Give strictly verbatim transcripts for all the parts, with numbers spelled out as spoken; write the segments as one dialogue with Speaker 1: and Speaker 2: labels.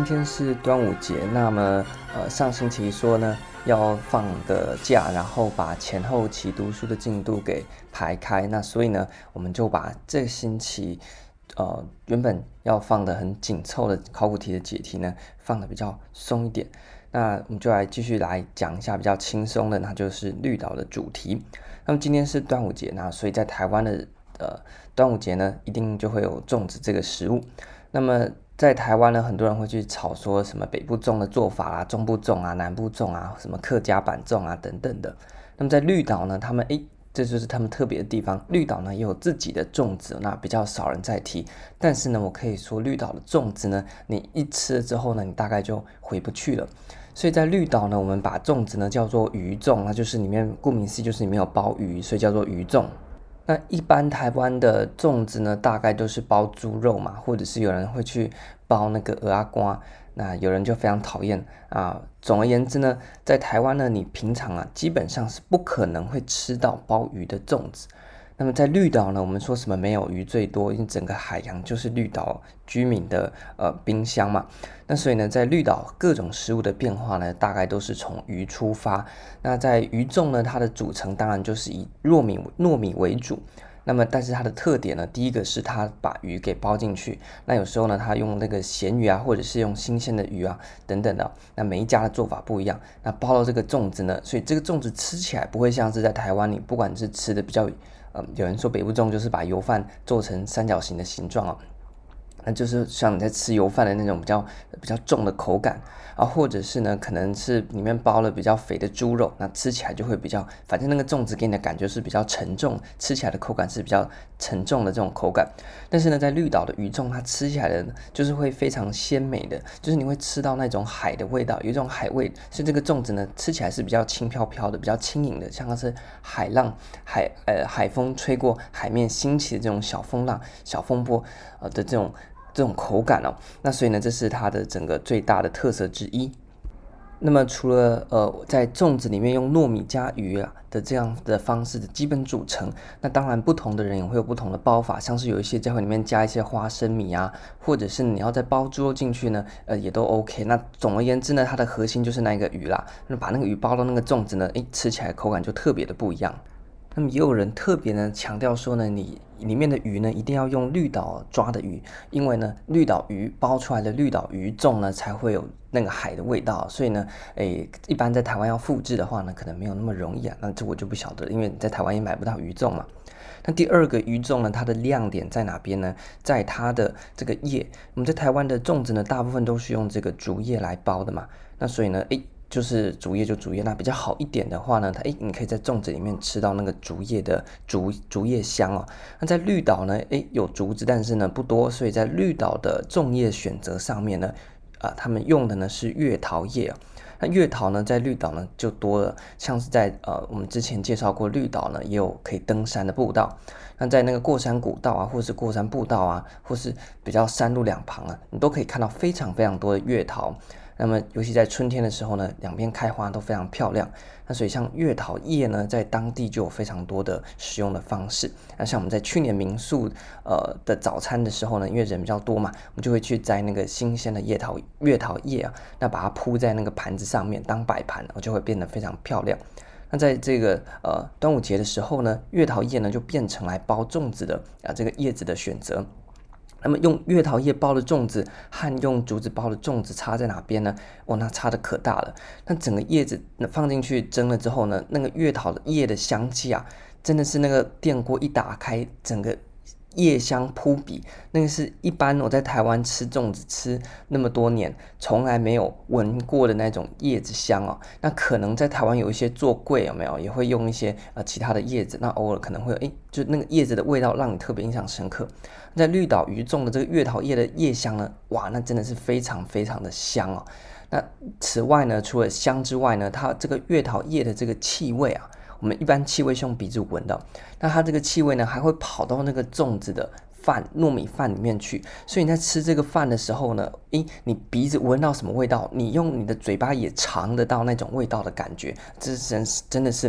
Speaker 1: 天是端午节，那么呃上星期说呢要放个假，然后把前后期读书的进度给排开，那所以呢我们就把这个星期呃原本要放的很紧凑的考古题的解题呢放的比较松一点。那我们就来继续来讲一下比较轻松的，那就是绿岛的主题。那么今天是端午节，那所以在台湾的呃端午节呢一定就会有粽子这个食物。那么在台湾呢，很多人会去吵说什么北部粽的做法啦、啊、中部粽啊、南部粽啊、什么客家版粽啊等等的。那么在绿岛呢，他们诶，这就是他们特别的地方。绿岛呢也有自己的粽子，那比较少人在提。但是呢，我可以说绿岛的粽子呢，你一吃了之后呢，你大概就回不去了。所以在绿岛呢，我们把粽子呢叫做鱼粽，那就是里面顾名思义就是里面有包鱼，所以叫做鱼粽。那一般台湾的粽子呢，大概都是包猪肉嘛，或者是有人会去包那个蚵仔瓜，那有人就非常讨厌啊。总而言之呢，在台湾呢，你平常啊基本上是不可能会吃到包鱼的粽子。那么在绿岛呢，我们说什么没有鱼最多，因为整个海洋就是绿岛居民的呃冰箱嘛。那所以呢，在绿岛各种食物的变化呢，大概都是从鱼出发。那在鱼粽呢，它的组成当然就是以糯米糯米为主。那么，但是它的特点呢，第一个是它把鱼给包进去。那有时候呢，它用那个咸鱼啊，或者是用新鲜的鱼啊等等的。那每一家的做法不一样。那包到这个粽子呢，所以这个粽子吃起来不会像是在台湾，你不管是吃的比较。嗯，有人说北部粽就是把油饭做成三角形的形状哦，那就是像你在吃油饭的那种比较比较重的口感啊，或者是呢，可能是里面包了比较肥的猪肉，那吃起来就会比较，反正那个粽子给你的感觉是比较沉重，吃起来的口感是比较沉重的这种口感。但是呢，在绿岛的鱼粽，它吃起来的就是会非常鲜美的，就是你会吃到那种海的味道，有一种海味，所以这个粽子呢，吃起来是比较轻飘飘的，比较轻盈的，像是海浪、海呃海风吹过海面兴起的这种小风浪、小风波呃的这种。这种口感哦，那所以呢，这是它的整个最大的特色之一。那么除了呃在粽子里面用糯米加鱼啊的这样的方式的基本组成，那当然不同的人也会有不同的包法，像是有一些在里面加一些花生米啊，或者是你要再包猪肉进去呢，呃也都 OK。那总而言之呢，它的核心就是那个鱼啦，那把那个鱼包到那个粽子呢，诶，吃起来口感就特别的不一样。那么也有人特别呢强调说呢，你里面的鱼呢一定要用绿岛抓的鱼，因为呢绿岛鱼包出来的绿岛鱼粽呢才会有那个海的味道，所以呢，诶，一般在台湾要复制的话呢，可能没有那么容易啊。那这我就不晓得，因为在台湾也买不到鱼粽嘛。那第二个鱼粽呢，它的亮点在哪边呢？在它的这个叶，我们在台湾的粽子呢，大部分都是用这个竹叶来包的嘛。那所以呢，诶。就是竹叶就竹叶，那比较好一点的话呢，它诶，你可以在粽子里面吃到那个竹叶的竹竹叶香哦。那在绿岛呢，诶，有竹子，但是呢不多，所以在绿岛的粽叶选择上面呢，啊、呃，他们用的呢是月桃叶哦。那月桃呢，在绿岛呢就多了，像是在呃我们之前介绍过，绿岛呢也有可以登山的步道。那在那个过山古道啊，或是过山步道啊，或是比较山路两旁啊，你都可以看到非常非常多的月桃。那么尤其在春天的时候呢，两边开花都非常漂亮。那所以像月桃叶呢，在当地就有非常多的使用的方式。那像我们在去年民宿呃的早餐的时候呢，因为人比较多嘛，我们就会去摘那个新鲜的叶桃月桃叶啊，那把它铺在那个盘子上面当摆盘，就会变得非常漂亮。那在这个呃端午节的时候呢，月桃叶呢就变成来包粽子的啊这个叶子的选择。那么用月桃叶包的粽子和用竹子包的粽子差在哪边呢？哦，那差的可大了。那整个叶子放进去蒸了之后呢，那个月桃的叶的香气啊，真的是那个电锅一打开，整个叶香扑鼻。那个是一般我在台湾吃粽子吃那么多年，从来没有闻过的那种叶子香哦。那可能在台湾有一些做柜有没有，也会用一些呃其他的叶子，那偶尔可能会有，诶，就那个叶子的味道让你特别印象深刻。在绿岛鱼粽的这个月桃叶的叶香呢，哇，那真的是非常非常的香哦。那此外呢，除了香之外呢，它这个月桃叶的这个气味啊，我们一般气味是用鼻子闻的，那它这个气味呢，还会跑到那个粽子的饭糯米饭里面去，所以你在吃这个饭的时候呢，诶，你鼻子闻到什么味道，你用你的嘴巴也尝得到那种味道的感觉，这是真真的是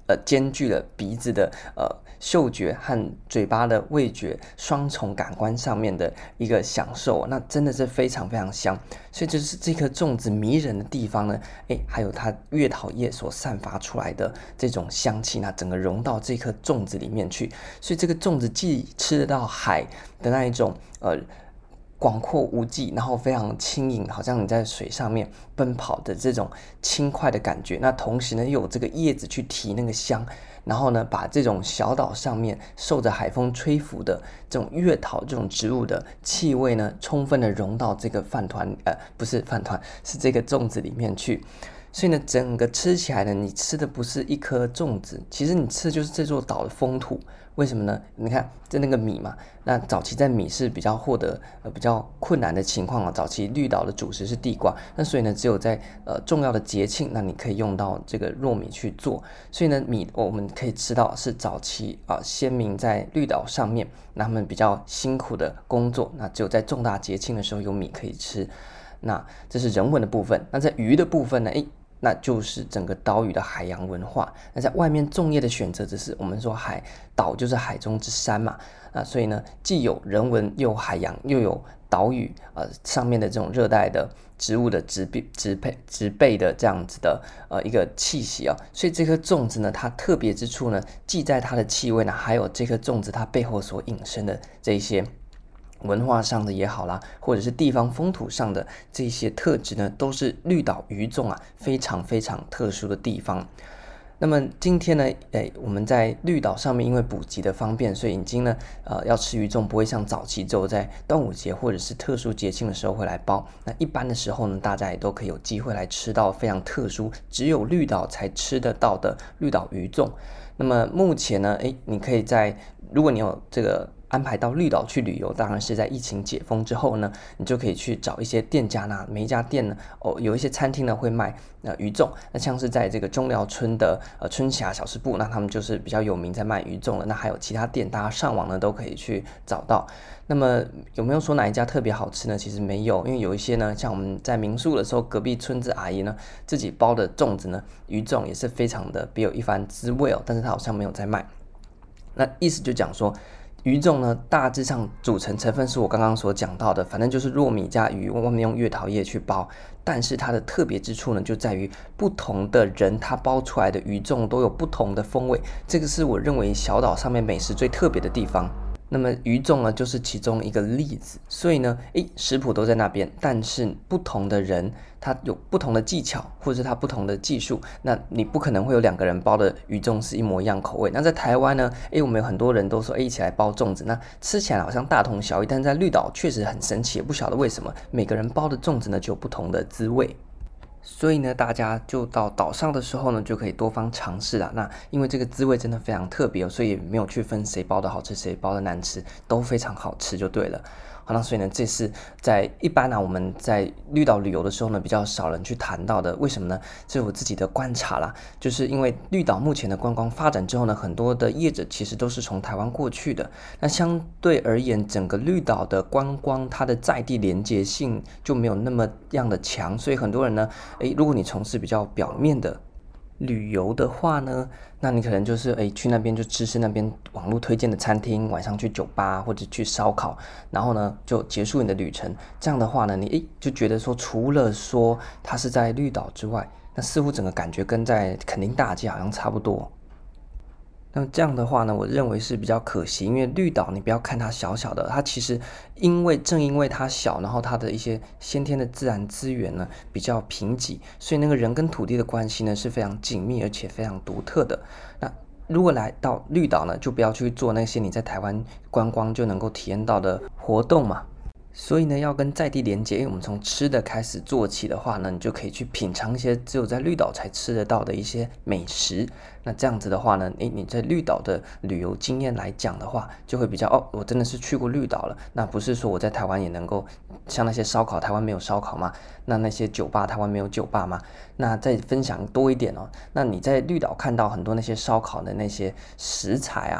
Speaker 1: 呃兼具了鼻子的呃嗅觉和嘴巴的味觉双重感官上面的一个享受，那真的是非常非常香。所以就是这颗粽子迷人的地方呢，诶，还有它月桃叶所散发出来的这种香气，那整个融到这颗粽子里面去，所以这个粽子既吃得到海的那一种呃广阔无际，然后非常轻盈，好像你在水上面奔跑的这种轻快的感觉。那同时呢，又有这个叶子去提那个香，然后呢，把这种小岛上面受着海风吹拂的这种月桃这种植物的气味呢，充分的融到这个饭团，呃，不是饭团，是这个粽子里面去。所以呢，整个吃起来呢，你吃的不是一颗粽子，其实你吃的就是这座岛的风土。为什么呢？你看，在那个米嘛，那早期在米是比较获得呃比较困难的情况啊。早期绿岛的主食是地瓜，那所以呢，只有在呃重要的节庆，那你可以用到这个糯米去做。所以呢，米我们可以吃到是早期啊、呃、先民在绿岛上面，那他们比较辛苦的工作，那只有在重大节庆的时候有米可以吃。那这是人文的部分。那在鱼的部分呢？诶。那就是整个岛屿的海洋文化。那在外面粽叶的选择，只是我们说海岛就是海中之山嘛，啊，所以呢，既有人文，又有海洋，又有岛屿，呃，上面的这种热带的植物的植被、植被、植被的这样子的呃一个气息啊，所以这颗粽子呢，它特别之处呢，既在它的气味呢，还有这颗粽子它背后所引申的这一些。文化上的也好啦，或者是地方风土上的这些特质呢，都是绿岛鱼粽啊非常非常特殊的地方。那么今天呢，诶，我们在绿岛上面，因为补给的方便，所以已经呢，呃，要吃鱼粽不会像早期只有在端午节或者是特殊节庆的时候会来包。那一般的时候呢，大家也都可以有机会来吃到非常特殊，只有绿岛才吃得到的绿岛鱼粽。那么目前呢，诶，你可以在如果你有这个。安排到绿岛去旅游，当然是在疫情解封之后呢，你就可以去找一些店家呢，每一家店呢，哦，有一些餐厅呢会卖呃鱼粽，那像是在这个中寮村的呃春霞小吃部，那他们就是比较有名在卖鱼粽了。那还有其他店，大家上网呢都可以去找到。那么有没有说哪一家特别好吃呢？其实没有，因为有一些呢，像我们在民宿的时候，隔壁村子阿姨呢自己包的粽子呢，鱼粽也是非常的别有一番滋味哦，但是她好像没有在卖。那意思就讲说。鱼粽呢，大致上组成成分是我刚刚所讲到的，反正就是糯米加鱼，外面用月桃叶去包。但是它的特别之处呢，就在于不同的人他包出来的鱼粽都有不同的风味，这个是我认为小岛上面美食最特别的地方。那么鱼粽呢，就是其中一个例子。所以呢，诶，食谱都在那边，但是不同的人他有不同的技巧，或者是他不同的技术。那你不可能会有两个人包的鱼粽是一模一样口味。那在台湾呢，诶，我们有很多人都说，诶，一起来包粽子，那吃起来好像大同小异，但是在绿岛确实很神奇，也不晓得为什么每个人包的粽子呢就有不同的滋味。所以呢，大家就到岛上的时候呢，就可以多方尝试啦。那因为这个滋味真的非常特别哦，所以没有去分谁包的好吃，谁包的难吃，都非常好吃就对了。好，那所以呢，这是在一般呢、啊、我们在绿岛旅游的时候呢，比较少人去谈到的。为什么呢？这是我自己的观察啦，就是因为绿岛目前的观光发展之后呢，很多的业者其实都是从台湾过去的。那相对而言，整个绿岛的观光它的在地连接性就没有那么样的强，所以很多人呢，诶，如果你从事比较表面的旅游的话呢，那你可能就是诶去那边就吃吃那边网络推荐的餐厅，晚上去酒吧或者去烧烤，然后呢就结束你的旅程。这样的话呢，你诶就觉得说，除了说它是在绿岛之外，那似乎整个感觉跟在垦丁大街好像差不多。那这样的话呢，我认为是比较可惜，因为绿岛你不要看它小小的，它其实因为正因为它小，然后它的一些先天的自然资源呢比较贫瘠，所以那个人跟土地的关系呢是非常紧密而且非常独特的。那如果来到绿岛呢，就不要去做那些你在台湾观光就能够体验到的活动嘛。所以呢，要跟在地连接，因为我们从吃的开始做起的话呢，你就可以去品尝一些只有在绿岛才吃得到的一些美食。那这样子的话呢，诶，你在绿岛的旅游经验来讲的话，就会比较哦，我真的是去过绿岛了。那不是说我在台湾也能够像那些烧烤，台湾没有烧烤吗？那那些酒吧，台湾没有酒吧吗？那再分享多一点哦。那你在绿岛看到很多那些烧烤的那些食材啊。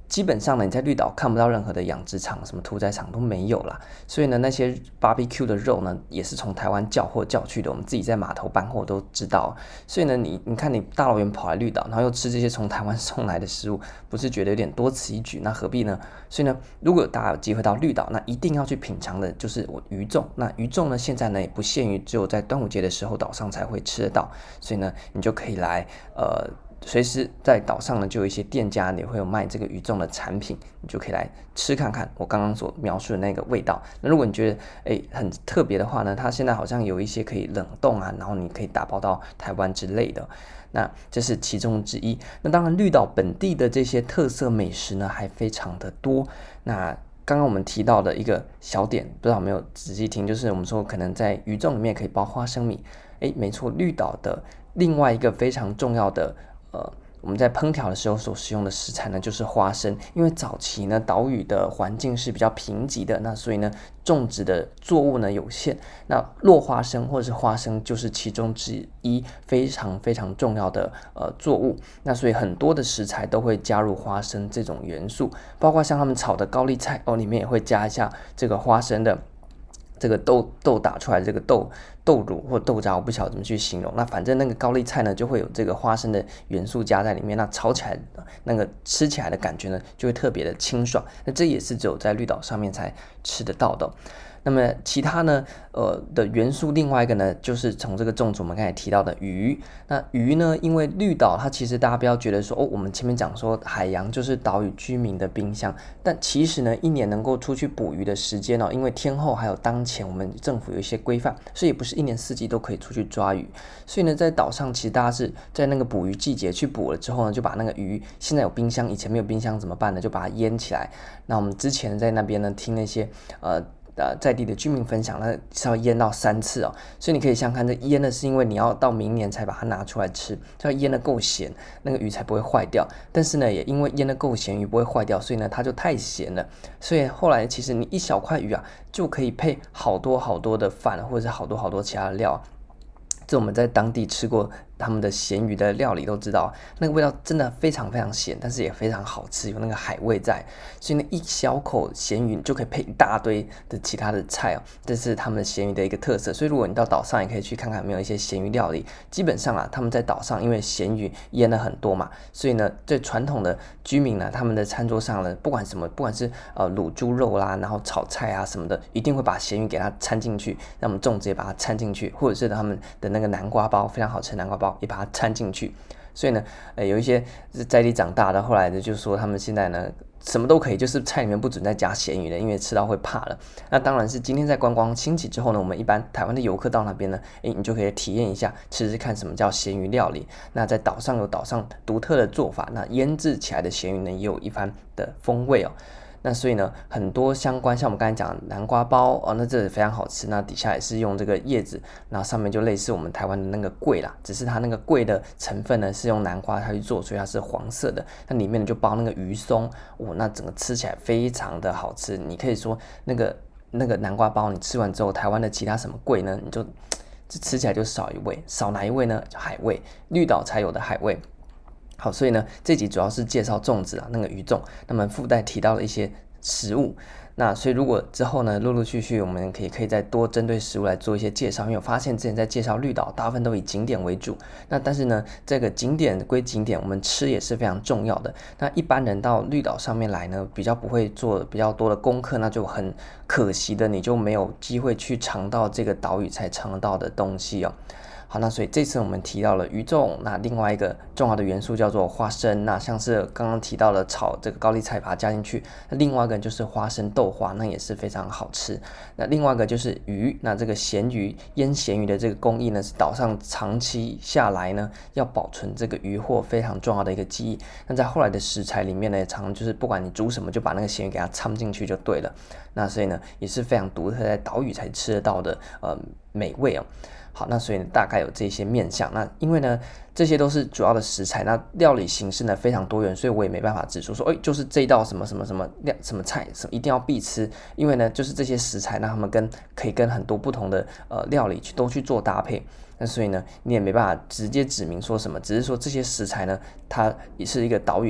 Speaker 1: 基本上呢，你在绿岛看不到任何的养殖场，什么屠宰场都没有啦。所以呢，那些 barbecue 的肉呢，也是从台湾叫货叫去的。我们自己在码头搬货都知道。所以呢，你你看你大老远跑来绿岛，然后又吃这些从台湾送来的食物，不是觉得有点多此一举？那何必呢？所以呢，如果大家有机会到绿岛，那一定要去品尝的就是我鱼粽。那鱼粽呢，现在呢也不限于只有在端午节的时候岛上才会吃得到，所以呢，你就可以来呃。随时在岛上呢，就有一些店家也会有卖这个鱼粽的产品，你就可以来吃看看我刚刚所描述的那个味道。那如果你觉得诶很特别的话呢，它现在好像有一些可以冷冻啊，然后你可以打包到台湾之类的。那这是其中之一。那当然，绿岛本地的这些特色美食呢，还非常的多。那刚刚我们提到的一个小点，不知道有没有仔细听，就是我们说可能在鱼粽里面可以包花生米。诶，没错，绿岛的另外一个非常重要的呃，我们在烹调的时候所使用的食材呢，就是花生。因为早期呢，岛屿的环境是比较贫瘠的，那所以呢，种植的作物呢有限，那落花生或者是花生就是其中之一非常非常重要的呃作物。那所以很多的食材都会加入花生这种元素，包括像他们炒的高丽菜哦，里面也会加一下这个花生的。这个豆豆打出来的这个豆豆乳或豆渣，我不晓得怎么去形容。那反正那个高丽菜呢，就会有这个花生的元素加在里面，那炒起来那个吃起来的感觉呢，就会特别的清爽。那这也是只有在绿岛上面才吃得到的。那么其他呢，呃的元素，另外一个呢，就是从这个粽子我们刚才提到的鱼。那鱼呢，因为绿岛它其实大家不要觉得说哦，我们前面讲说海洋就是岛屿居民的冰箱，但其实呢，一年能够出去捕鱼的时间哦，因为天候还有当前我们政府有一些规范，所以也不是一年四季都可以出去抓鱼。所以呢，在岛上其实大家是在那个捕鱼季节去捕了之后呢，就把那个鱼现在有冰箱，以前没有冰箱怎么办呢？就把它腌起来。那我们之前在那边呢听那些呃。呃，在地的居民分享，那是要腌到三次哦，所以你可以想看，这腌的是因为你要到明年才把它拿出来吃，就要腌的够咸，那个鱼才不会坏掉。但是呢，也因为腌的够咸，鱼不会坏掉，所以呢，它就太咸了。所以后来其实你一小块鱼啊，就可以配好多好多的饭，或者是好多好多其他的料。这我们在当地吃过他们的咸鱼的料理都知道，那个味道真的非常非常咸，但是也非常好吃，有那个海味在。所以呢，一小口咸鱼就可以配一大堆的其他的菜哦，这是他们的咸鱼的一个特色。所以如果你到岛上，也可以去看看有没有一些咸鱼料理。基本上啊，他们在岛上因为咸鱼腌了很多嘛，所以呢，对传统的居民呢，他们的餐桌上呢，不管什么，不管是呃卤猪肉啦，然后炒菜啊什么的，一定会把咸鱼给它掺进去，让我们粽子也把它掺进去，或者是他们的那个南瓜包，非常好吃的南瓜包也把它掺进去。所以呢，呃，有一些在地长大的，后来的就说他们现在呢，什么都可以，就是菜里面不准再加咸鱼了，因为吃到会怕了。那当然是今天在观光兴起之后呢，我们一般台湾的游客到那边呢，诶，你就可以体验一下，吃吃看什么叫咸鱼料理。那在岛上有岛上独特的做法，那腌制起来的咸鱼呢，也有一番的风味哦。那所以呢，很多相关像我们刚才讲的南瓜包哦，那这非常好吃。那底下也是用这个叶子，然后上面就类似我们台湾的那个桂啦，只是它那个桂的成分呢是用南瓜它去做，所以它是黄色的。那里面呢就包那个鱼松，哦，那整个吃起来非常的好吃。你可以说那个那个南瓜包，你吃完之后，台湾的其他什么桂呢，你就这吃起来就少一味，少哪一味呢？海味，绿岛才有的海味。好，所以呢，这集主要是介绍粽子啊，那个鱼粽，那么附带提到了一些食物。那所以如果之后呢，陆陆续续我们可以可以再多针对食物来做一些介绍，因为我发现之前在介绍绿岛，大部分都以景点为主。那但是呢，这个景点归景点，我们吃也是非常重要的。那一般人到绿岛上面来呢，比较不会做比较多的功课，那就很可惜的，你就没有机会去尝到这个岛屿才尝得到的东西哦。好，那所以这次我们提到了鱼粽，那另外一个重要的元素叫做花生，那像是刚刚提到的炒这个高丽菜把它加进去，那另外一个就是花生豆花，那也是非常好吃。那另外一个就是鱼，那这个咸鱼腌咸鱼的这个工艺呢，是岛上长期下来呢要保存这个鱼货非常重要的一个技艺。那在后来的食材里面呢，常常就是不管你煮什么，就把那个咸鱼给它掺进去就对了。那所以呢，也是非常独特，在岛屿才吃得到的呃美味哦。好，那所以大概有这些面向。那因为呢，这些都是主要的食材，那料理形式呢非常多元，所以我也没办法指出说，哎，就是这一道什么什么什么料什么菜，什么一定要必吃。因为呢，就是这些食材，那他们跟可以跟很多不同的呃料理去都去做搭配。那所以呢，你也没办法直接指明说什么，只是说这些食材呢，它也是一个岛屿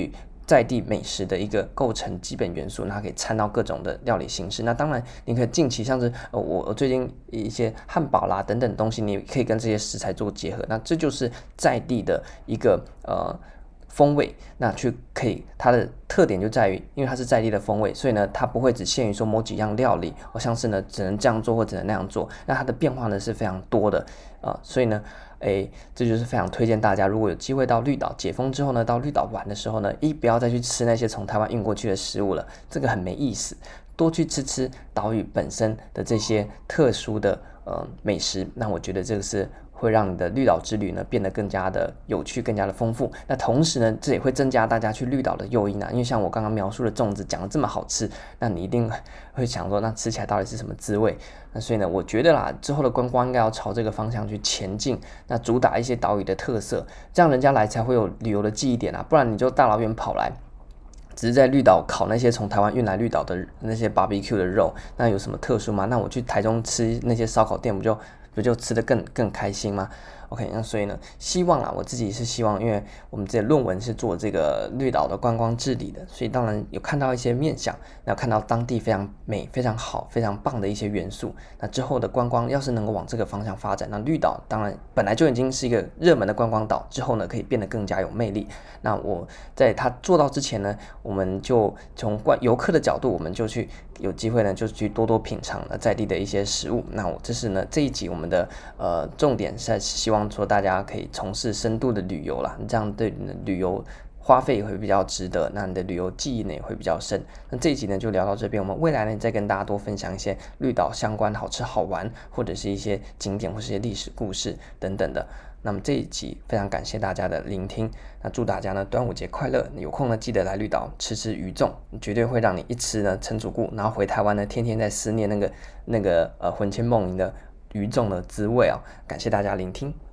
Speaker 1: 在地美食的一个构成基本元素，那可以掺到各种的料理形式。那当然，你可以近期像是呃我我最近一些汉堡啦等等东西，你可以跟这些食材做结合。那这就是在地的一个呃风味，那去可以它的特点就在于，因为它是在地的风味，所以呢，它不会只限于说某几样料理，好像是呢只能这样做或只能那样做。那它的变化呢是非常多的啊、呃，所以呢。诶，这就是非常推荐大家，如果有机会到绿岛解封之后呢，到绿岛玩的时候呢，一不要再去吃那些从台湾运过去的食物了，这个很没意思。多去吃吃岛屿本身的这些特殊的呃美食，那我觉得这个是会让你的绿岛之旅呢变得更加的有趣，更加的丰富。那同时呢，这也会增加大家去绿岛的诱因啊，因为像我刚刚描述的粽子讲的这么好吃，那你一定会想说，那吃起来到底是什么滋味？那所以呢，我觉得啦，之后的观光应该要朝这个方向去前进，那主打一些岛屿的特色，这样人家来才会有旅游的记忆点啊，不然你就大老远跑来。只是在绿岛烤那些从台湾运来绿岛的那些 barbecue 的肉，那有什么特殊吗？那我去台中吃那些烧烤店，不就不就吃得更更开心吗？ OK， 那所以呢，希望啊，我自己是希望，因为我们这论文是做这个绿岛的观光治理的，所以当然有看到一些面向，然后看到当地非常美、非常好、非常棒的一些元素。那之后的观光要是能够往这个方向发展，那绿岛当然本来就已经是一个热门的观光岛，之后呢可以变得更加有魅力。那我在它做到之前呢，我们就从游客的角度，我们就去有机会呢，就去多多品尝在地的一些食物。那我这是呢这一集我们的呃重点是希望说大家可以从事深度的旅游啦，这样对你的旅游花费也会比较值得，那你的旅游记忆呢也会比较深。那这一集呢就聊到这边，我们未来呢再跟大家多分享一些绿岛相关好吃好玩，或者是一些景点或是一些历史故事等等的。那么这一集非常感谢大家的聆听，那祝大家呢端午节快乐，有空呢记得来绿岛吃吃鱼粽，绝对会让你一吃呢撑主顾，然后回台湾呢天天在思念那个那个呃魂牵梦萦的鱼粽的滋味哦。感谢大家聆听。